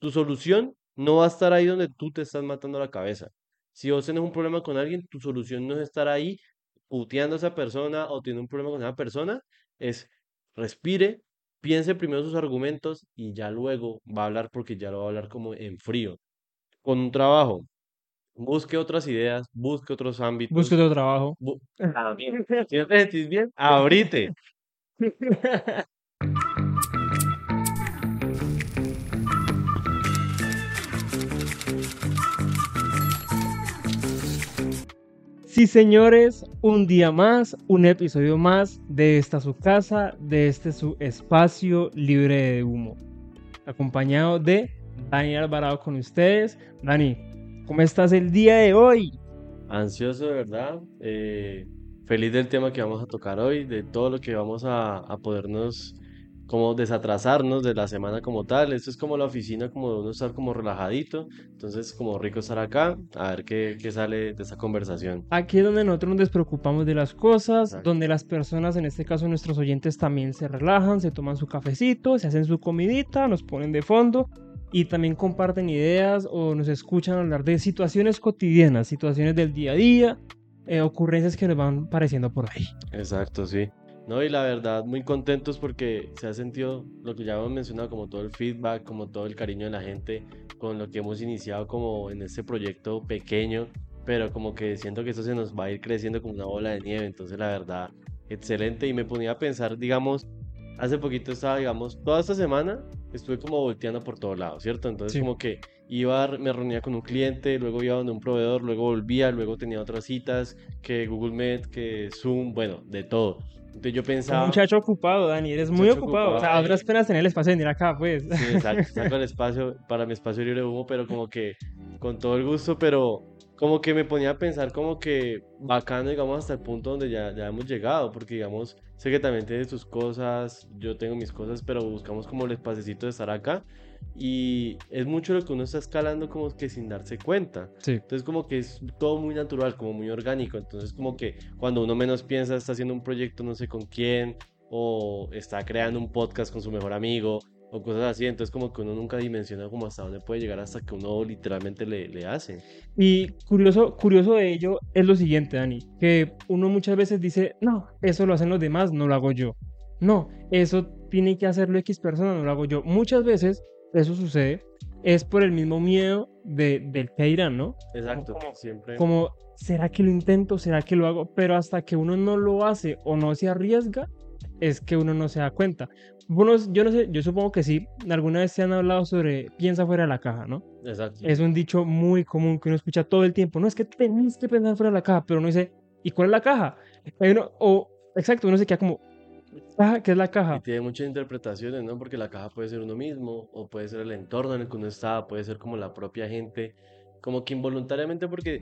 tu solución no va a estar ahí donde tú te estás matando la cabeza. Si vos tenés un problema con alguien, tu solución no es estar ahí puteando a esa persona o teniendo un problema con esa persona, es respire, piense primero sus argumentos y ya luego va a hablar porque ya lo va a hablar como en frío. Con un trabajo, busque otras ideas, busque otros Busque ámbitos. otro trabajo. También, si no te sentís bien, abrite. Sí, señores, un día más, un episodio más de esta su casa, de este su espacio libre de humo. Acompañado de Dani Alvarado con ustedes. Dani, ¿cómo estás el día de hoy? Ansioso, de verdad. Feliz del tema que vamos a tocar hoy, de todo lo que vamos a podernos, como desatrasarnos de la semana como tal. Esto es como la oficina, como de uno estar como relajadito. Entonces, como rico estar acá, a ver qué sale de esta conversación. Aquí es donde nosotros nos despreocupamos de las cosas, Exacto. donde las personas, en este caso nuestros oyentes, también se relajan, se toman su cafecito, se hacen su comidita, nos ponen de fondo y también comparten ideas o nos escuchan hablar de situaciones cotidianas, situaciones del día a día, ocurrencias que nos van pareciendo por ahí. Exacto, sí. No, y la verdad, muy contentos porque se ha sentido lo que ya hemos mencionado, como todo el feedback, como todo el cariño de la gente, con lo que hemos iniciado como en este proyecto pequeño, pero como que siento que eso se nos va a ir creciendo como una bola de nieve, entonces la verdad, excelente. Y me ponía a pensar, digamos, hace poquito estaba, digamos, toda esta semana estuve como volteando por todos lados, ¿cierto? Entonces Sí. como que me reunía con un cliente, luego iba donde un proveedor, luego volvía, luego tenía otras citas, que Google Meet, que Zoom, bueno, de todo. Entonces yo Un pensaba, muchacho ocupado, Dani, eres muy muchacho ocupado. O ocupado sea, a duras ahí, penas tener el espacio de venir acá, pues. sí, exacto, saco el espacio para mi espacio libre de humo, pero como que con todo el gusto, pero como que me ponía a pensar como que bacano, digamos, hasta el punto donde ya hemos llegado, porque digamos, sé que también tienes tus cosas, yo tengo mis cosas, pero buscamos como el espacecito de estar acá y es mucho lo que uno está escalando como que sin darse cuenta. Sí. Entonces como que es todo muy natural, como muy orgánico, entonces como que cuando uno menos piensa está haciendo un proyecto no sé con quién o está creando un podcast con su mejor amigo o cosas así, entonces como que uno nunca dimensiona como hasta dónde puede llegar hasta que uno literalmente le hace. Y curioso de ello es lo siguiente, Dani, que uno muchas veces dice, no, eso lo hacen los demás, no lo hago yo. No, eso tiene que hacerlo X persona, no lo hago yo. Muchas veces eso sucede, es por el mismo miedo del que dirán, ¿no? Como, Exacto, como, siempre. ¿será que lo intento? ¿Será que lo hago? Pero hasta que uno no lo hace o no se arriesga, es que uno no se da cuenta. Bueno, yo no sé, yo supongo que sí, alguna vez se han hablado sobre piensa fuera de la caja, ¿no? Exacto. Es un dicho muy común que uno escucha todo el tiempo. No es que tenés que pensar fuera de la caja, pero uno dice, ¿y cuál es la caja? Exacto, uno se queda como, "Ah, ¿qué es la Y caja?" tiene muchas interpretaciones, ¿no? Porque la caja puede ser uno mismo, o puede ser el entorno en el que uno está, puede ser como la propia gente, como que involuntariamente, porque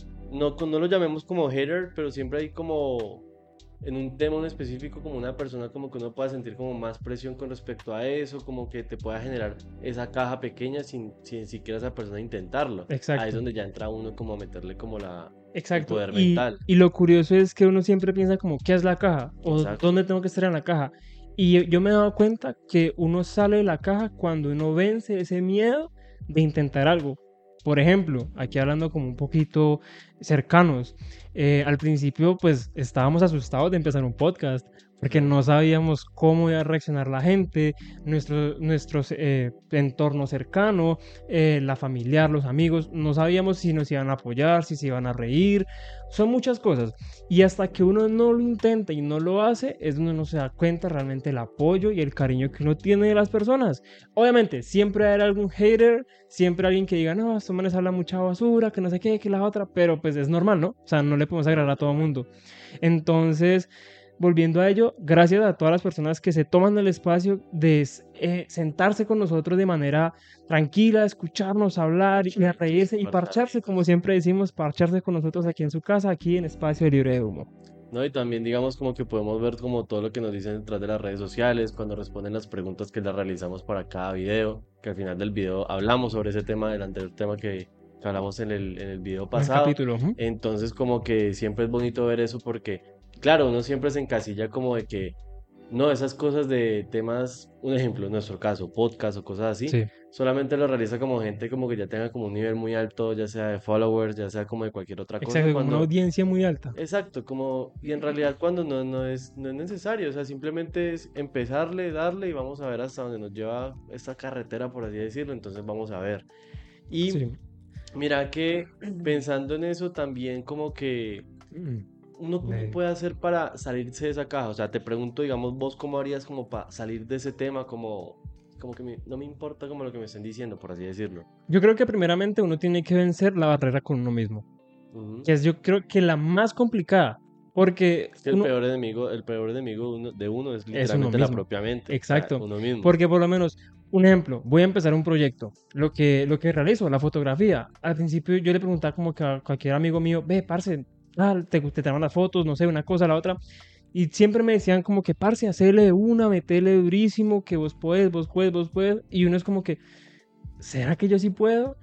no lo llamemos como hater, pero siempre hay como en un tema en específico, como una persona como que uno pueda sentir como más presión con respecto a eso, como que te pueda generar esa caja pequeña sin siquiera esa persona intentarlo. Ahí es Exacto, donde ya entra uno como a meterle como el exacto. poder Y, mental. y lo curioso es que uno siempre piensa como, ¿qué es la caja? ¿O Exacto. dónde tengo que estar en la caja? Y yo me he dado cuenta que uno sale de la caja cuando uno vence ese miedo de intentar algo. Por ejemplo, aquí hablando como un poquito cercanos, al principio pues estábamos asustados de empezar un podcast porque Sí. no sabíamos cómo iba a reaccionar la gente, nuestro entorno cercano, la familiar, los amigos, no sabíamos si nos iban a apoyar, si se iban a reír, son muchas cosas. Y hasta que uno no lo intenta y no lo hace, es donde uno se da cuenta realmente el apoyo y el cariño que uno tiene de las personas. Obviamente, siempre hay algún hater, siempre alguien que diga, no, estos manes hablan mucha basura, que no sé qué, que la otra, pero pues es normal, ¿no? O sea, no le podemos agradar Claro, a todo el normal. mundo. Entonces, volviendo a ello, gracias a todas las personas que se toman el espacio de sentarse con nosotros de manera tranquila, escucharnos hablar y a reírse y parcharse, como Parchaditos. siempre decimos, parcharse con nosotros aquí en su casa, aquí en Espacio Libre de Humo. ¿No? Y también digamos como que podemos ver como todo lo que nos dicen detrás de las redes sociales, cuando responden las preguntas que les realizamos para cada video, que al final del video hablamos sobre ese tema, del anterior tema que hablamos en el video En el pasado. capítulo. Ujú. Entonces como que siempre es bonito ver eso porque, claro, uno siempre se encasilla como de que No, esas cosas de temas, un ejemplo, en nuestro caso, podcast o cosas así, Sí, solamente lo realiza como gente como que ya tenga como un nivel muy alto, ya sea de followers, ya sea como de cualquier otra cosa, exacto, como una cuando, audiencia muy alta. exacto, como, y en realidad cuando no es necesario, o sea, simplemente es empezarle, darle y vamos a ver hasta dónde nos lleva esta carretera, por así decirlo, entonces vamos a ver. Y Sí. mira que pensando en eso también como que Mm, uno cómo eh, puede hacer para salirse de esa caja, o sea, te pregunto, digamos, vos cómo harías como para salir de ese tema, como que no me importa como lo que me estén diciendo, por así decirlo. Yo creo que primeramente uno tiene que vencer la barrera con uno mismo, Ujú. que es yo creo que la más complicada, porque Es que uno el peor enemigo de uno es es uno literalmente la mismo. propia mente, o sea, Exacto. uno mismo. Porque por lo menos, un ejemplo, voy a empezar un proyecto. Lo que realizo, la fotografía. Al principio yo le preguntaba como que a cualquier amigo mío, ve, parce, te toman las fotos, no sé, una cosa, la otra. Y siempre me decían como que, parce, hacele de una, metele durísimo, que vos puedes, vos puedes, vos puedes. Y uno es como que, ¿será que yo sí puedo?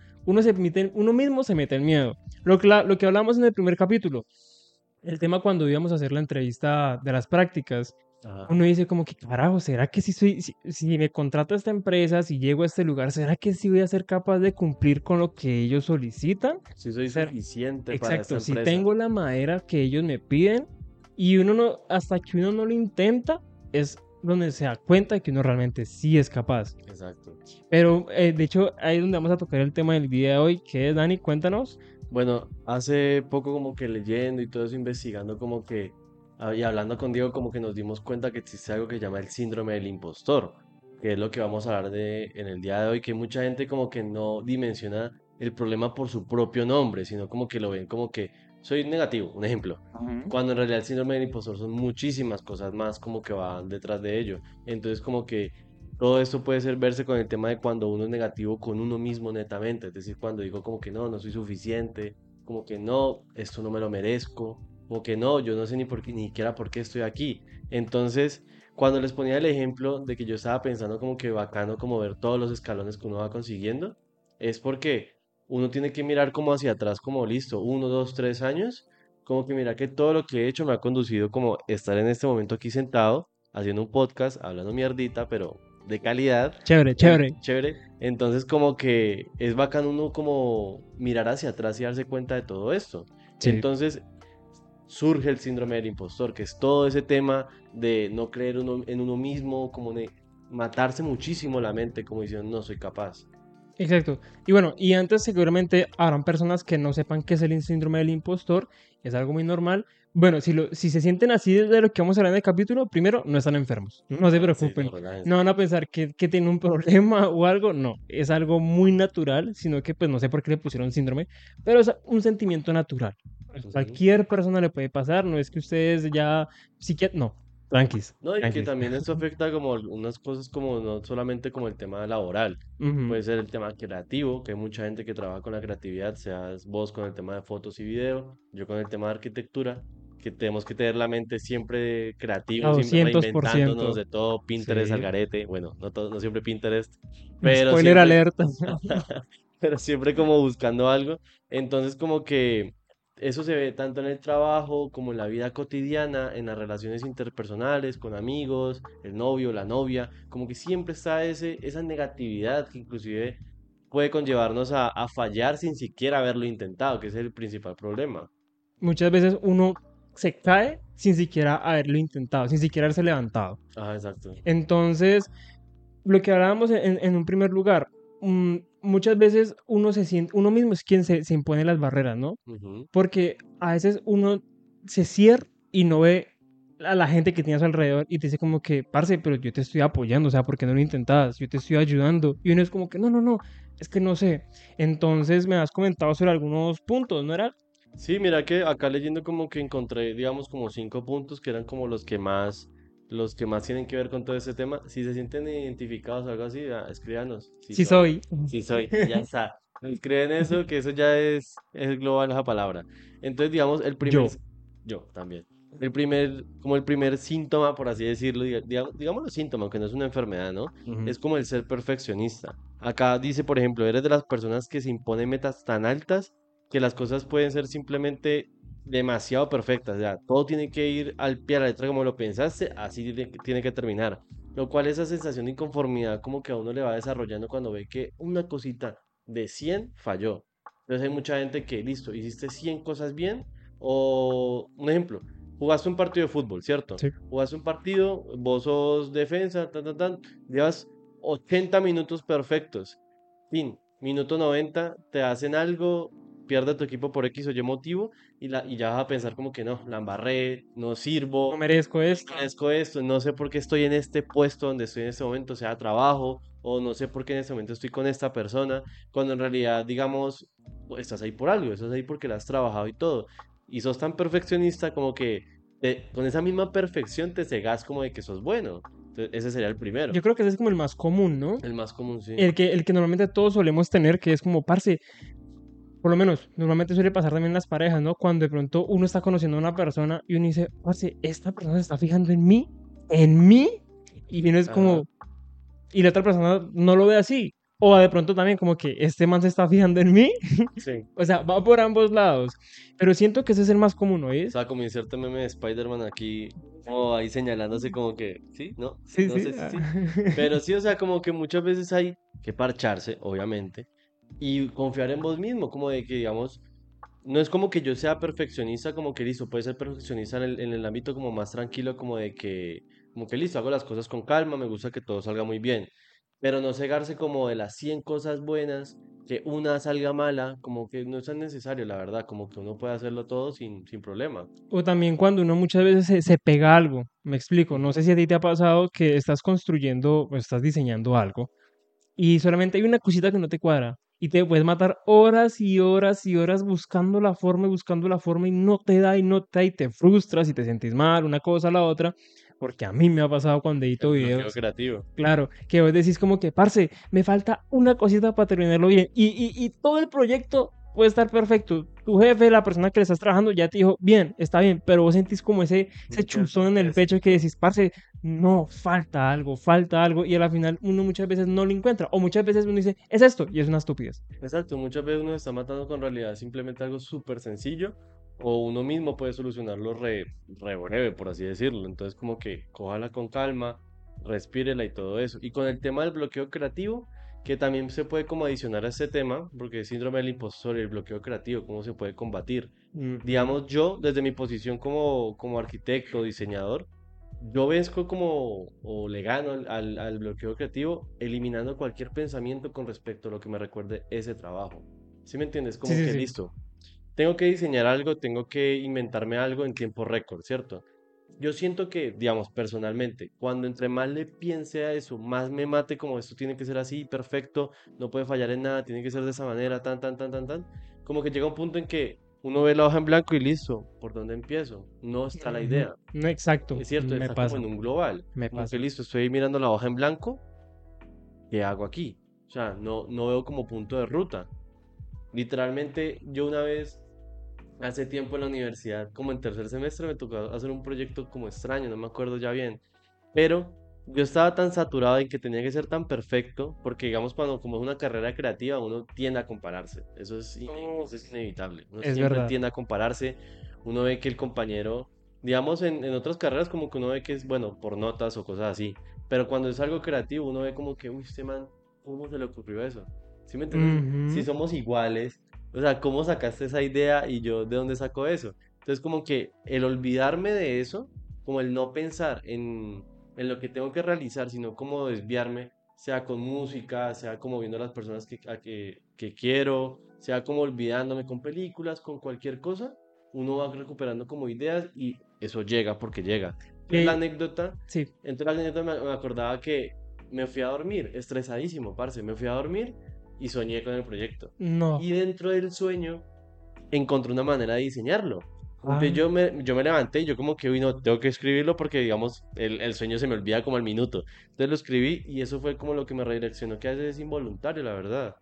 Uno mismo se mete el miedo. Lo que hablamos en el primer capítulo, el tema cuando íbamos a hacer la entrevista de las prácticas, Ajá. uno dice como que, carajo, ¿será que si me contrata esta empresa, si llego a este lugar, ¿será que sí voy a ser capaz de cumplir con lo que ellos solicitan? Si soy Ser- suficiente para esta Exacto, si empresa. tengo la madera que ellos me piden y uno no, hasta que uno no lo intenta, es donde se da cuenta de que uno realmente sí es capaz. Exacto. Pero de hecho, ahí es donde vamos a tocar el tema del día de hoy, que es, Dani, cuéntanos. Bueno, hace poco como que leyendo y todo eso, investigando como que, y hablando con Diego, como que nos dimos cuenta que existe algo que se llama el síndrome del impostor, que es lo que vamos a hablar de en el día de hoy, que mucha gente como que no dimensiona el problema por su propio nombre, sino como que lo ven como que soy negativo, un ejemplo, Ujú. cuando en realidad el síndrome del impostor son muchísimas cosas más como que van detrás de ello. Entonces como que todo esto puede ser verse con el tema de cuando uno es negativo con uno mismo netamente, es decir, cuando digo como que no soy suficiente, como que no, esto no me lo merezco, como que no, yo no sé ni por qué, ni siquiera por qué estoy aquí. Entonces, cuando les ponía el ejemplo de que yo estaba pensando como que bacano como ver todos los escalones que uno va consiguiendo, es porque uno tiene que mirar como hacia atrás, como listo, 1, 2, 3 años, como que mira que todo lo que he hecho me ha conducido como estar en este momento aquí sentado, haciendo un podcast, hablando mierdita, pero de calidad, Chévere, chévere. chévere. Entonces como que es bacán uno como mirar hacia atrás y darse cuenta de todo esto. Sí. Entonces surge el síndrome del impostor, que es todo ese tema de no creer en uno mismo, como de matarse muchísimo la mente, como diciendo no soy capaz. Exacto. Y bueno, y antes seguramente habrán personas que no sepan qué es el síndrome del impostor, es algo muy normal. Bueno, si se sienten así de lo que vamos a hablar en el capítulo, primero, no están enfermos, no se Sí, no, preocupen, no relájense. van a pensar que tienen un problema o algo, no, es algo muy natural, sino que pues no sé por qué le pusieron síndrome, pero es un sentimiento natural. Ujú. Cualquier persona le puede pasar, no es que ustedes ya, no, tranquis, No, y que tranquis. también esto afecta como algunas cosas como no solamente como el tema laboral, Ujú. puede ser el tema creativo, que hay mucha gente que trabaja con la creatividad, seas vos con el tema de fotos y video, yo con el tema de arquitectura, que tenemos que tener la mente siempre A creativos, siempre 200%. reinventándonos de todo, Pinterest al Sí. garete, bueno, no siempre Pinterest, pero Spoiler siempre, alert. pero siempre como buscando algo, entonces como que eso se ve tanto en el trabajo como en la vida cotidiana, en las relaciones interpersonales, con amigos, el novio, la novia, como que siempre está esa negatividad que inclusive puede conllevarnos a fallar sin siquiera haberlo intentado, que es el principal problema. Muchas veces uno se cae sin siquiera haberlo intentado, sin siquiera haberse levantado. Ajá, exacto. Entonces, lo que hablábamos en un primer lugar, muchas veces uno se siente, uno mismo es quien se impone las barreras, ¿no? Ujú. Porque a veces uno se cierra y no ve a la gente que tiene a su alrededor y te dice como que, parce, pero yo te estoy apoyando, o sea, ¿por qué no lo intentas? Yo te estoy ayudando. Y uno es como que, no, es que no sé. Entonces me has comentado sobre algunos puntos, ¿no era? Sí, mira que acá leyendo como que encontré, digamos, como 5 puntos que eran como los que más tienen que ver con todo este tema. Si se sienten identificados o algo así, escríbanos. Sí Sí soy, soy. sí soy, y ya está. Escriben eso, que eso ya es global esa palabra. Entonces, digamos, Yo. yo también. Como el primer síntoma, por así decirlo, digamos los síntomas, aunque no es una enfermedad, ¿no? Ujú. Es como el ser perfeccionista. Acá dice, por ejemplo, eres de las personas que se imponen metas tan altas que las cosas pueden ser simplemente demasiado perfectas, o sea, todo tiene que ir al pie de la letra como lo pensaste, así tiene que terminar. Lo cual esa sensación de inconformidad como que a uno le va desarrollando cuando ve que una cosita de 100 falló. Entonces hay mucha gente que, listo, hiciste 100 cosas bien, o un ejemplo, jugaste un partido de fútbol, ¿cierto? Sí. Jugaste un partido, vos sos defensa, llevas 80 minutos perfectos. Fin, minuto 90 te hacen algo, pierde tu equipo por X o Y motivo y ya vas a pensar como que no, la embarré, no No sirvo, merezco esto. merezco esto, no sé por qué estoy en este puesto donde estoy en este momento, sea trabajo, o no sé por qué en este momento estoy con esta persona, cuando en realidad, digamos, pues, estás ahí por algo, estás ahí porque la has trabajado y todo. Y sos tan perfeccionista como que con esa misma perfección te cegas como de que sos bueno. Entonces, ese sería el primero, Yo creo que ese es como el más común, ¿no? el más común, sí. El que normalmente todos solemos tener, que es como, parce, por lo menos, normalmente suele pasar también en las parejas, ¿no? Cuando de pronto uno está conociendo a una persona y uno dice, parce, esta persona se está fijando en mí, y viene es Ajá, como, y la otra persona no lo ve así. O de pronto también como que este man se está fijando en mí. sí. O sea, va por ambos lados. Pero siento que ese es el más común, ¿no O es? sea, como inserte meme de Spider-Man aquí, como ahí señalándose como que, sí, no, sí, Sí, no sí. sé si sí. Pero sí, o sea, como que muchas veces hay que parcharse, obviamente, y confiar en vos mismo, como de que, digamos, no es como que yo sea perfeccionista, como que listo, puede ser perfeccionista en el ámbito como más tranquilo, como que listo, hago las cosas con calma, me gusta que todo salga muy bien, pero no cegarse como de las 100 cosas buenas, que una salga mala, como que no es tan necesario, la verdad, como que uno puede hacerlo todo sin problema. O también cuando uno muchas veces se pega a algo. Me explico. No sé si a ti te ha pasado que estás construyendo o estás diseñando algo y solamente hay una cosita que no te cuadra y te puedes matar horas y horas y horas buscando la forma y buscando la forma y no te da y no te da y te frustras y te sentís mal, una cosa a la otra, porque a mí me ha pasado cuando edito El bloqueo videos. creativo. Claro, que vos decís como que, parce, me falta una cosita para terminarlo bien. Y todo el proyecto puede estar perfecto. Tu jefe, la persona que le estás trabajando, ya te dijo, bien, está bien, pero vos sentís como ese No queda chuzón en el pecho que perfecto. decís, parce, no, falta algo. Y a la final uno muchas veces no lo encuentra. O muchas veces uno dice, es esto, y es una estupidez. Exacto, muchas veces uno se está matando con realidad simplemente algo súper sencillo o uno mismo puede solucionarlo re breve, por así decirlo. Entonces como que cójala con calma, respírela y todo eso. Y con el tema del bloqueo creativo, que también se puede como adicionar a este tema, porque el síndrome del impostor y el bloqueo creativo, cómo se puede combatir. Ujú. Digamos, yo desde mi posición como arquitecto, diseñador, yo vezco como, o le gano al bloqueo creativo, eliminando cualquier pensamiento con respecto a lo que me recuerde ese trabajo. ¿Sí me entiendes? Sí, Como sí, que sí. listo, tengo que diseñar algo, tengo que inventarme algo en tiempo récord, ¿cierto? Yo siento que, digamos, personalmente, cuando entre más le piense a eso, más me mate como esto tiene que ser así, perfecto, no puede fallar en nada, tiene que ser de esa manera, como que llega un punto en que uno ve la hoja en blanco y listo, ¿por dónde empiezo? No está la Ujú. idea. No, exacto, Es cierto, me está como pasa, en un global, me como que pasa. listo, estoy mirando la hoja en blanco, ¿qué hago aquí? O sea, no veo como punto de ruta. Literalmente, yo una vez, hace tiempo en la universidad, como en tercer semestre, me tocó hacer un proyecto como extraño, no me acuerdo ya bien, pero yo estaba tan saturado en que tenía que ser tan perfecto, porque digamos, cuando como es una carrera creativa, uno tiende a compararse, eso es inevitable, uno Es siempre verdad. tiende a compararse, uno ve que el compañero, digamos, en otras carreras como que uno ve que es, bueno, por notas o cosas así, pero cuando es algo creativo, uno ve como que, uy, este man, ¿cómo se le ocurrió eso? ¿Sí me entiendes? Si Ujú. somos iguales, o sea, ¿cómo sacaste esa idea y yo de dónde saco eso? Entonces, como que el olvidarme de eso, como el no pensar en lo que tengo que realizar, sino como desviarme, sea con música, sea como viendo a las personas que quiero, sea como olvidándome con películas, con cualquier cosa, uno va recuperando como ideas y eso llega porque llega. Entonces la Que, anécdota, sí, me acordaba que me fui a dormir, estresadísimo, parce, me fui a dormir y soñé con el proyecto. no. Y dentro del sueño encontré una manera de diseñarlo. Entonces Ah, yo me levanté y yo como que, uy, no, tengo que escribirlo porque, digamos, el sueño se me olvida como al minuto. Entonces lo escribí y eso fue como lo que me redireccionó, que a veces es involuntario, la verdad.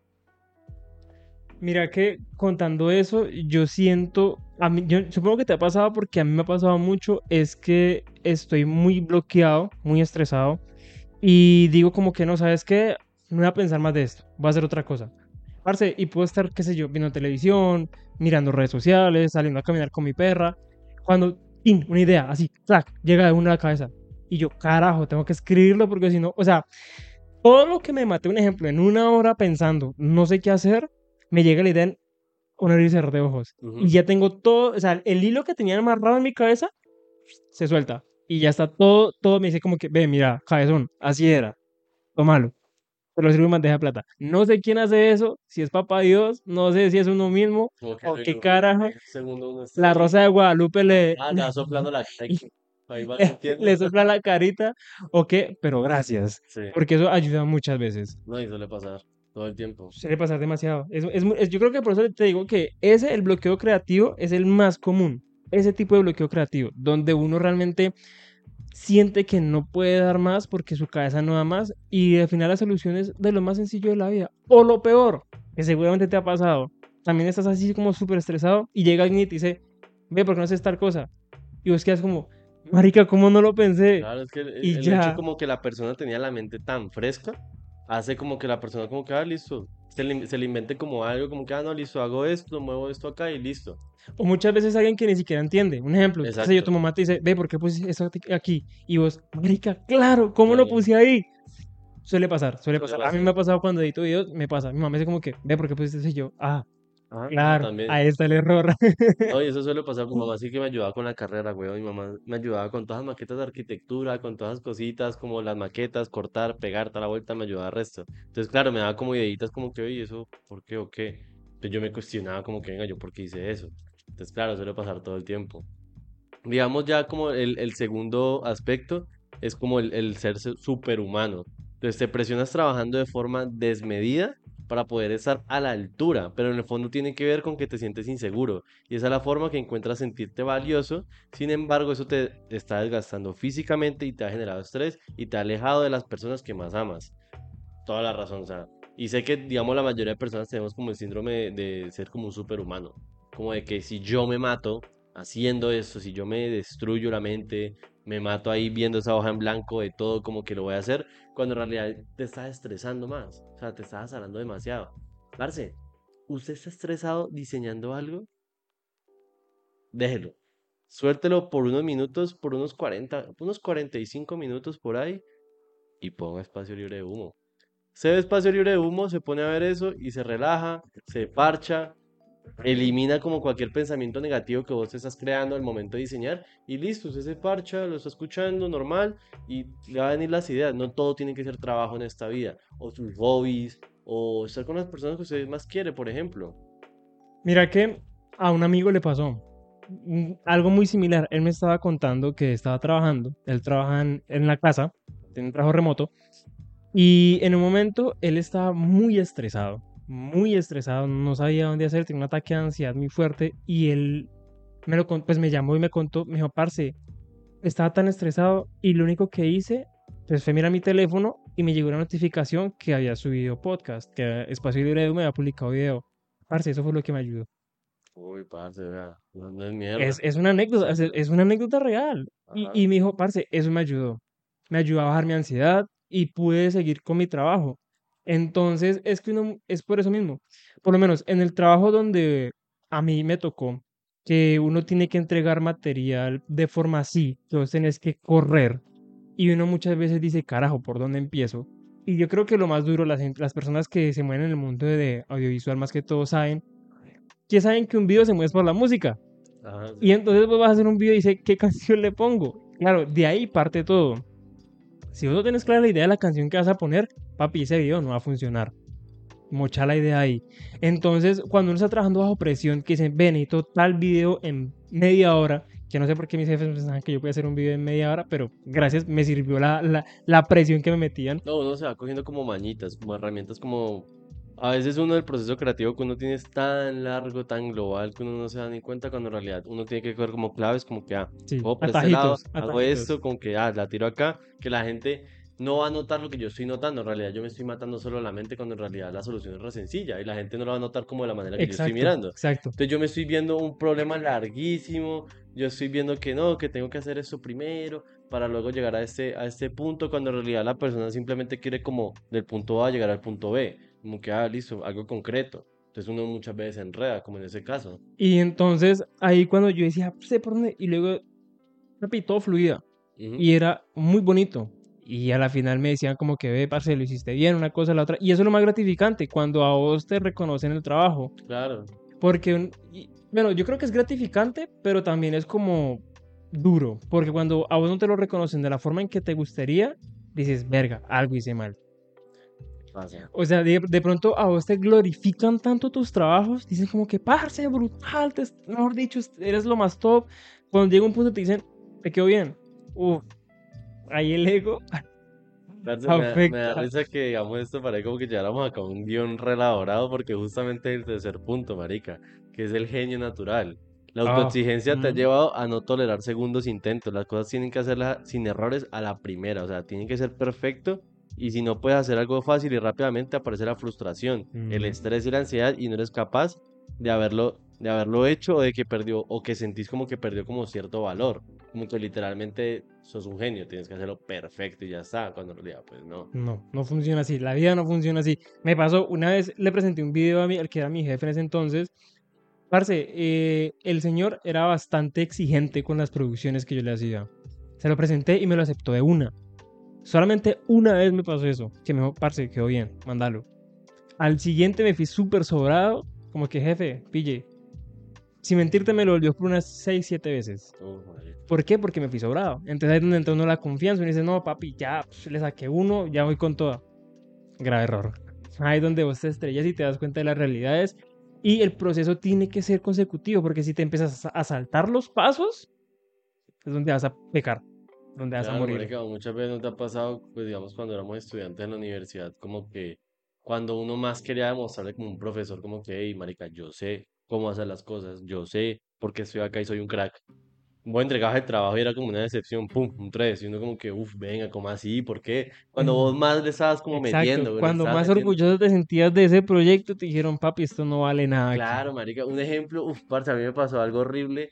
mira que contando eso, yo siento, yo supongo que te ha pasado porque a mí me ha pasado mucho, es que estoy muy bloqueado, muy estresado y digo como que no, ¿sabes qué? No voy a pensar más de esto, voy a hacer otra cosa. Parce, y puedo estar, qué sé yo, viendo televisión, mirando redes sociales, saliendo a caminar con mi perra, cuando, ¡pin! Una idea, así, ¡trac! Llega de una a la cabeza. Y yo, carajo, tengo que escribirlo porque si no, o sea, todo lo que me maté, un ejemplo, en una hora pensando, no sé qué hacer, me llega la idea en un abrir y cerrar de ojos. Y Ujú. ya tengo todo, o sea, el hilo que tenía amarrado en mi cabeza se suelta. Y ya está todo, todo me dice como que, ve, mira, cabezón, así era, tómalo. Te lo sirvo en bandeja de plata. No sé quién hace eso, si es papá Dios, no sé si es uno mismo Como que o lo qué ilumina y carajo. en un segundo uno está La ahí. Rosa de Guadalupe Ah, te va soplando la cara y ahí va sintiendo. le sopla la carita o qué, pero gracias, Sí, porque eso ayuda muchas veces. no, y suele pasar todo el tiempo. Suele pasar demasiado. Yo creo que por eso te digo que el bloqueo creativo, es el más común. Ese tipo de bloqueo creativo, donde uno realmente siente que no puede dar más porque su cabeza no da más y al final la solución es de lo más sencillo de la vida. O lo peor, que seguramente te ha pasado. También estás así como súper estresado y llega alguien y te dice, ve, ¿por qué no haces tal cosa? Y vos quedas como, marica, ¿cómo no lo pensé? Claro, es que Y el hecho ya, como que la persona tenía la mente tan fresca, hace como que la persona como que, ah, listo, se le invente como algo, como que, ah, no, listo, hago esto, muevo esto acá y listo. o muchas veces alguien que ni siquiera entiende. Un ejemplo, qué sé yo, tu Exacto, mamá te dice, ve, ¿por qué pusiste eso aquí? Y vos, marica, claro, ¿cómo lo claro, puse ahí? Suele pasar, suele suele pasar. A mí pasar. me ha pasado cuando edito videos, me pasa. Mi mamá dice como que, ve, ¿por qué pusiste eso? Y yo, ah, Ah, no, claro, también. ahí está el error. No, y eso suele pasar, mi mamá sí que me ayudaba con la carrera, güey, mi mamá me ayudaba con todas las maquetas de arquitectura, con todas las cositas, como las maquetas, cortar, pegar, toda la vuelta, me ayudaba al resto. Entonces, claro, me daba como ideitas como que, oye, ¿eso por qué o qué? Entonces yo me cuestionaba como que, venga, ¿yo por qué hice eso? Entonces, claro, suele pasar todo el tiempo. Digamos ya como el segundo aspecto es como el ser superhumano. Entonces te presionas trabajando de forma desmedida para poder estar a la altura, pero en el fondo tiene que ver con que te sientes inseguro y esa es la forma que encuentras sentirte valioso. Sin embargo, eso te está desgastando físicamente y te ha generado estrés y te ha alejado de las personas que más amas. Toda la razón, o sea, y sé que, digamos, la mayoría de personas tenemos como el síndrome de ser como un superhumano, como de que si yo me mato haciendo esto, si yo me destruyo la mente, me mato ahí viendo esa hoja en blanco de todo como que lo voy a hacer, cuando en realidad te estás estresando más, o sea, te estás hablando demasiado. Parce, ¿usted está estresado diseñando algo? Déjelo. Suéltelo por unos minutos, por unos 40, unos 45 minutos por ahí y ponga espacio libre de humo. Se ve espacio libre de humo, se pone a ver eso y se relaja, se parcha, elimina como cualquier pensamiento negativo que vos te estás creando al momento de diseñar y listo, usted se parcha, lo está escuchando normal y le van a venir las ideas. No todo tiene que ser trabajo en esta vida, o sus hobbies, o estar con las personas que usted más quiere, por ejemplo. Mira que a un amigo le pasó algo muy similar. Él me estaba contando que estaba trabajando, él trabaja en la casa, tiene un trabajo remoto, y en un momento él estaba muy estresado, no sabía dónde hacer, tenía un ataque de ansiedad muy fuerte, y él pues me llamó y me contó, me dijo, parce, estaba tan estresado y lo único que hice pues fue mirar mi teléfono y me llegó una notificación que había subido podcast, que Espacio Libre de me había publicado video. Parce, eso fue lo que me ayudó. Uy, parce, vea, no, no es mierda. Es una anécdota, Exacto. es una anécdota real. Ajá. Y me dijo, parce, eso me ayudó. Me ayudó a bajar mi ansiedad y pude seguir con mi trabajo. Entonces, es que uno, es por eso mismo. Por lo menos en el trabajo donde a mí me tocó, que uno tiene que entregar material de forma así, que vos tenés que correr. Y uno muchas veces dice, carajo, ¿por dónde empiezo? Y yo creo que lo más duro, las personas que se mueven en el mundo de audiovisual más que todo saben, que saben que un video se mueve por la música. Ajá, Y sí. entonces vos vas a hacer un video y dices, ¿qué canción le pongo? Claro, de ahí parte todo. Si vos no tenés clara la idea de la canción que vas a poner, papi, ese video no va a funcionar. Mocha la idea ahí. Entonces, cuando uno está trabajando bajo presión, que dicen, ven, necesito tal video en media hora, que no sé por qué mis jefes pensaban que yo podía hacer un video en media hora, pero gracias, me sirvió la presión que me metían. No, uno se va cogiendo como mañitas, como herramientas como... A veces uno el proceso creativo que uno tiene es tan largo, tan global, que uno no se da ni cuenta cuando en realidad uno tiene que coger como claves, como que, ah, Sí, cojo por este lado, atajitos, hago atajitos. esto, como que, ah, la tiro acá, que la gente no va a notar lo que yo estoy notando, en realidad yo me estoy matando solo la mente cuando en realidad la solución es re sencilla y la gente no lo va a notar como de la manera que yo estoy Exacto, mirando. exacto. Entonces yo me estoy viendo un problema larguísimo, yo estoy viendo que no, que tengo que hacer esto primero para luego llegar a este punto, cuando en realidad la persona simplemente quiere como del punto A llegar al punto B. como que, listo, algo concreto. Entonces uno muchas veces se enreda, como en ese caso. Y entonces ahí cuando yo decía, sé por dónde, y luego, papi, todo fluía. Ujú, Y era muy bonito. Y a la final me decían como que ve, parce, lo hiciste bien, una cosa, la otra. Y eso es lo más gratificante, cuando a vos te reconocen el trabajo. claro. Porque, bueno, yo creo que es gratificante, pero también es como duro. Porque cuando a vos no te lo reconocen de la forma en que te gustaría, dices, verga, algo hice mal. Pasa. O sea, de pronto a vos te glorifican tanto tus trabajos, dicen como que, parce, brutal, mejor dicho, eres lo más top. Cuando llega un punto te dicen, te quedó bien. Uf, ahí el ego Parce, me da afecta. risa que digamos esto para como que lleváramos acá un guión relaborado porque justamente el tercer punto, marica, que es el genio natural. La Ah, autoexigencia te ha mm, llevado a no tolerar segundos intentos. Las cosas tienen que hacerlas sin errores a la primera. O sea, tienen que ser perfecto y si no puedes hacer algo fácil y rápidamente aparece la frustración, el mm, estrés y la ansiedad y no eres capaz de haberlo hecho o de que perdió o que sentís como que perdió como cierto valor. Como que literalmente sos un genio, tienes que hacerlo perfecto y ya está, cuando en realidad pues no. no, no funciona así. La vida no funciona así. Me pasó, una vez le presenté un video a mí, al que era mi jefe en ese entonces. Parce, el señor era bastante exigente con las producciones que yo le hacía. Se lo presenté y me lo aceptó de una. Solamente una vez me pasó eso, que me dijo, parce, quedó bien, mándalo. Al siguiente me fui súper sobrado, como que jefe, pille. Sin mentirte me lo volvió por unas 6 7 veces. Marica. ¿Por qué? Porque me fui sobrado. Entonces ahí es donde entró uno la confianza. Uno dice, no, papi, ya le saqué uno, ya voy con toda. Grave error. Ahí es donde vos te estrellas y te das cuenta de las realidades. Y el proceso tiene que ser consecutivo, porque si te empiezas a saltar los pasos, es donde vas a pecar, donde vas a Claro, morir. marica, muchas veces nos ha pasado, pues digamos, cuando éramos estudiantes en la universidad, como que cuando uno más quería demostrarle como un profesor, como que, hey, marica, yo sé cómo hacer las cosas, yo sé por qué estoy acá y soy un crack. Vos entregabas el trabajo y era como una decepción, pum, un 3 y uno como que, uff, venga, ¿cómo así? ¿Por qué? Cuando vos Mm, más le estabas como exacto. metiendo, güey, le Cuando estabas más metiendo. orgulloso te sentías de ese proyecto, te dijeron, papi, esto no vale nada aquí. Claro, marica, un ejemplo, uff, parce, a mí me pasó algo horrible.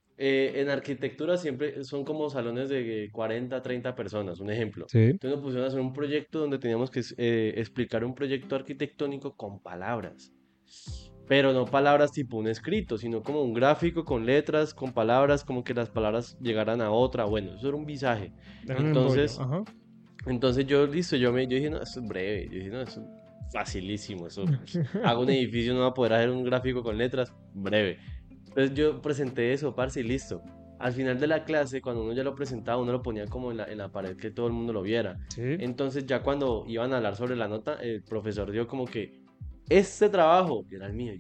En arquitectura siempre son como salones de 40, 30 personas, un ejemplo. Sí. Entonces nos pusieron a hacer un proyecto donde teníamos que explicar un proyecto arquitectónico con palabras. Pero no palabras tipo un escrito, sino como un gráfico con letras, con palabras, como que las palabras llegaran a otra. Bueno, eso era un visaje. Era un embrollo. Entonces, Ajá. entonces yo, listo, yo dije, no, esto es breve. Yo dije, no, eso es facilísimo. Eso, pues, hago un edificio, no va a poder hacer un gráfico con letras, breve. Entonces yo presenté eso, parce, y listo. Al final de la clase, cuando uno ya lo presentaba, uno lo ponía como en la pared que todo el mundo lo viera. Sí. Entonces ya cuando iban a hablar sobre la nota, el profesor dio como que, este trabajo, y era el mío,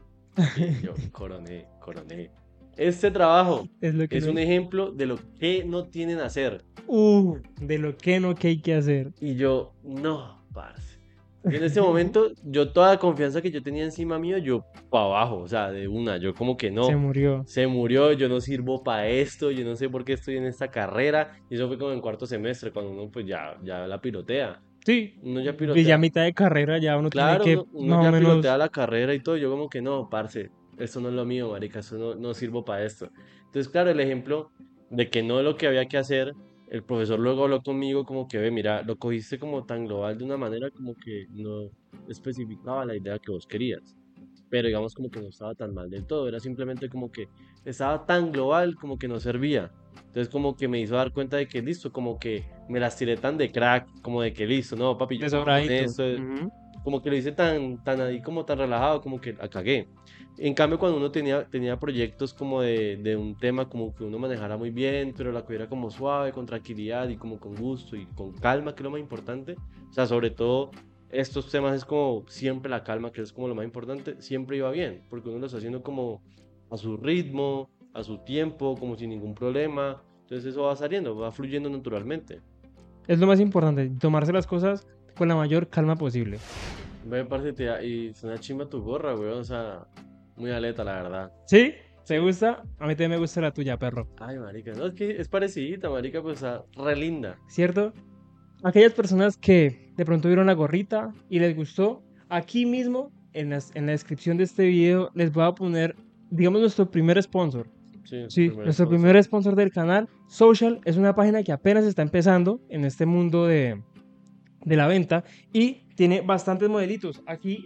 yo coroné, coroné. Este trabajo Es lo que es no un hay. ejemplo de lo que no tienen a hacer. De lo que no que hay que hacer. Y yo, no, parce. Y en ese momento, yo toda la confianza que yo tenía encima mío, yo para abajo, o sea, de una, yo como que Se no, murió. se murió, yo no sirvo para esto, yo no sé por qué estoy en esta carrera. Y eso fue como en cuarto semestre, cuando uno pues ya la pilotea. Sí. Uno ya Ya a pilotea, mitad de carrera ya uno tiene claro, que uno más o ya pilotea menos. la carrera y todo. Yo como que no, parce, esto no es lo mío, marica, eso no sirvo para esto. Entonces, claro, el ejemplo de que no es lo que había que hacer, el profesor luego habló conmigo como que, ve, mira, lo cogiste como tan global de una manera como que no especificaba la idea que vos querías. Pero digamos como que no estaba tan mal del todo, era simplemente como que estaba tan global como que no servía. Entonces como que me hizo dar cuenta de que listo, como que me las tiré tan de crack, como de que listo, no, papi, yo De puedo con sobradito. esto, Ujú. como que lo hice tan ahí, como tan relajado, como que la cagué. En cambio, cuando uno tenía proyectos como de un tema como que uno manejara muy bien, pero la cogiera como suave, con tranquilidad y como con gusto y con calma, que es lo más importante. O sea, sobre todo estos temas es como siempre la calma, que es como lo más importante, siempre iba bien, porque uno lo está haciendo como a su ritmo, a su tiempo, como sin ningún problema. Entonces eso va saliendo, va fluyendo naturalmente. Es lo más importante, tomarse las cosas con la mayor calma posible. Ve, parce, y es una chimba tu gorra, weón. O sea, muy aleta, la verdad. ¿Sí? ¿Te Sí. gusta? A mí también me gusta la tuya, perro. Ay, marica. No, es que es parecidita, marica, pues está re linda. ¿Cierto? Aquellas personas que de pronto vieron la gorrita y les gustó, aquí mismo en la descripción de este video les voy a poner, digamos, nuestro primer sponsor. Sí, su Sí, primer nuestro sponsor. primer sponsor del canal, Social, es una página que apenas está empezando en este mundo de la venta y tiene bastantes modelitos.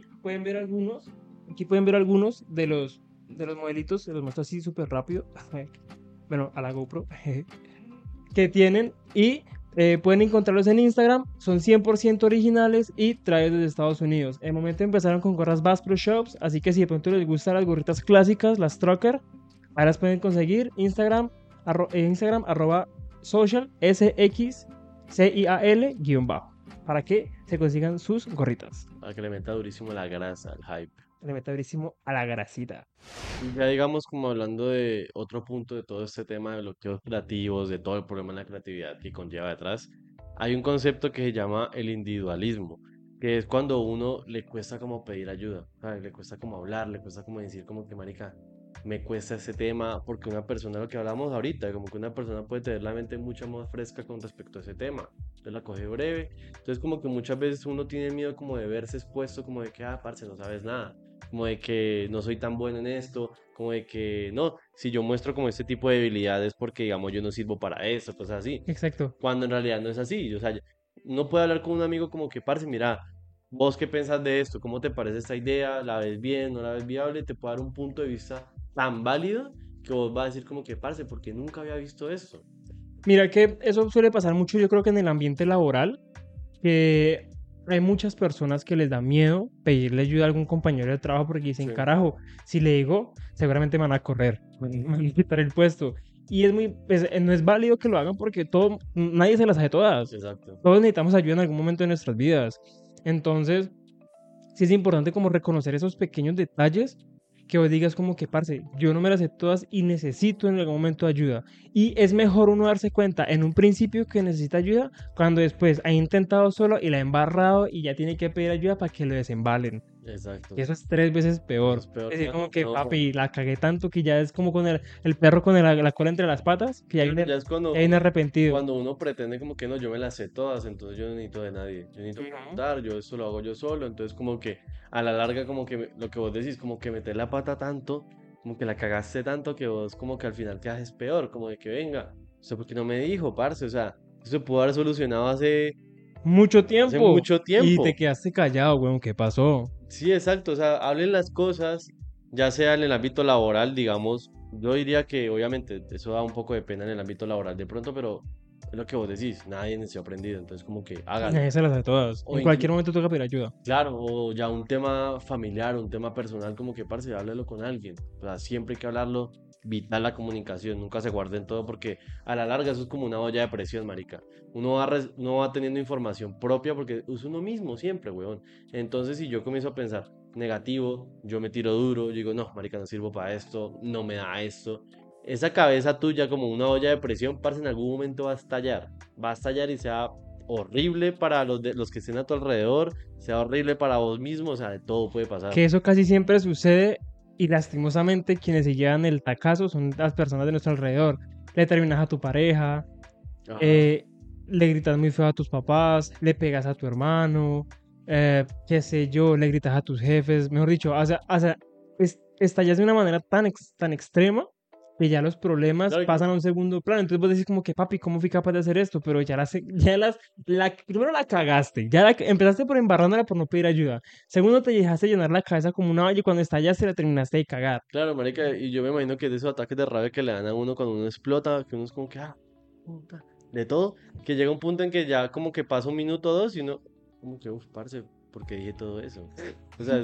Aquí pueden ver algunos de los modelitos, se los muestro así súper rápido. Bueno, a la GoPro. Que tienen y pueden encontrarlos en Instagram, son 100% originales y traídos desde Estados Unidos. En el momento empezaron con gorras Bass Pro Shops, así que si de pronto les gustan las gorritas clásicas, las trucker, ahí las pueden conseguir. Instagram, Instagram @social SXCIAL _ para que se consigan sus gorritas. Para que le meta durísimo la grasa, el hype. Le mete durísimo a la grasita. Y ya digamos como hablando de otro punto de todo este tema de bloqueos creativos, de todo el problema de la creatividad que conlleva detrás, hay un concepto que se llama el individualismo, que es cuando a uno le cuesta como pedir ayuda, ¿sabes? Le cuesta como hablar, le cuesta como decir como que marica, me cuesta ese tema, porque una persona, lo que hablamos ahorita, como que una persona puede tener la mente mucho más fresca con respecto a ese tema, entonces la coge breve, entonces como que muchas veces uno tiene miedo como de verse expuesto, como de que, parce, no sabes nada, como de que no soy tan bueno en esto, como de que no, si yo muestro como este tipo de debilidades porque digamos yo no sirvo para eso, cosas así, Exacto. cuando en realidad no es así, o sea, uno puede hablar con un amigo como que, parce, mira, vos qué pensás de esto, cómo te parece esta idea, la ves bien, no la ves viable, te puede dar un punto de vista tan válido que vos vas a decir como que, parce, porque nunca había visto esto. Mira que eso suele pasar mucho, yo creo que en el ambiente laboral, que hay muchas personas que les da miedo pedirle ayuda a algún compañero de trabajo porque dicen, Sí, carajo, si le digo, seguramente me van a correr, me van a quitar el puesto. Y es pues, no es válido que lo hagan porque nadie se las hace todas. exacto. Todos necesitamos ayuda en algún momento de nuestras vidas. Entonces, sí es importante como reconocer esos pequeños detalles que vos digas como que, parce, yo no me las sé todas y necesito en algún momento ayuda. Y es mejor uno darse cuenta en un principio que necesita ayuda cuando después ha intentado solo y la ha embarrado y ya tiene que pedir ayuda para que lo desembalen. Exacto. Y eso es 3 veces Eso peor. es peor Es que decir, como que, no. papi, la cagué tanto que ya es como con el perro con la cola entre las patas, que ya Pero viene, ya es ya viene arrepentido. cuando uno pretende como que no, yo me las sé todas, entonces yo no necesito de nadie, yo necesito Ujú. preguntar, yo esto lo hago yo solo, entonces como que a la larga como que lo que vos decís, como que meter la pata tanto, como que la cagaste tanto que vos como que al final quedas es peor, como de que venga, ¿usted por qué no me dijo, parce? O sea, eso se pudo haber solucionado Mucho hace tiempo. mucho Y te tiempo. quedaste callado, weón, ¿qué pasó? Sí, exacto, o sea, hablen las cosas, ya sea en el ámbito laboral, digamos, yo diría que obviamente eso da un poco de pena en el ámbito laboral de pronto, pero es lo que vos decís, nadie nació aprendido, entonces como que Y hágalo. nadie se las hace todas. O En cualquier incluso, momento toca pedir ayuda. claro, o ya un tema familiar, un tema personal, como que parce, háblelo con alguien, o sea, siempre hay que hablarlo, vital la comunicación, nunca se guarden todo porque a la larga eso es como una olla de presión, marica. Uno va teniendo información propia porque es uno mismo siempre, weón. Entonces, si yo comienzo a pensar negativo, yo me tiro duro, yo digo, no, marica, no sirvo para esto, no me da esto. Esa cabeza tuya como una olla de presión, parce, en algún momento va a estallar y sea horrible para los que estén a tu alrededor, sea horrible para vos mismo, o sea, de todo puede pasar. Que eso casi siempre sucede y lastimosamente quienes se llevan el tacazo son las personas de nuestro alrededor. Le terminas a tu pareja, Ajá. eh, le gritas muy feo a tus papás, le pegas a tu hermano, qué sé yo, le gritas a tus jefes, mejor dicho, estallas de una manera tan extrema que ya los problemas Claro que pasan a un segundo plano. Entonces vos decís como que, papi, ¿cómo fui capaz de hacer esto? Pero primero la cagaste, empezaste por embarrándola por no pedir ayuda. Segundo, te dejaste llenar la cabeza como una olla y cuando estallaste la terminaste de cagar. Claro, marica, y yo me imagino que es de esos ataques de rabia que le dan a uno cuando uno explota, que uno es como que, puta, de todo, que llega un punto en que ya como que pasa un minuto o dos y uno, como que, uff, parce, ¿por qué dije todo eso? O sea, es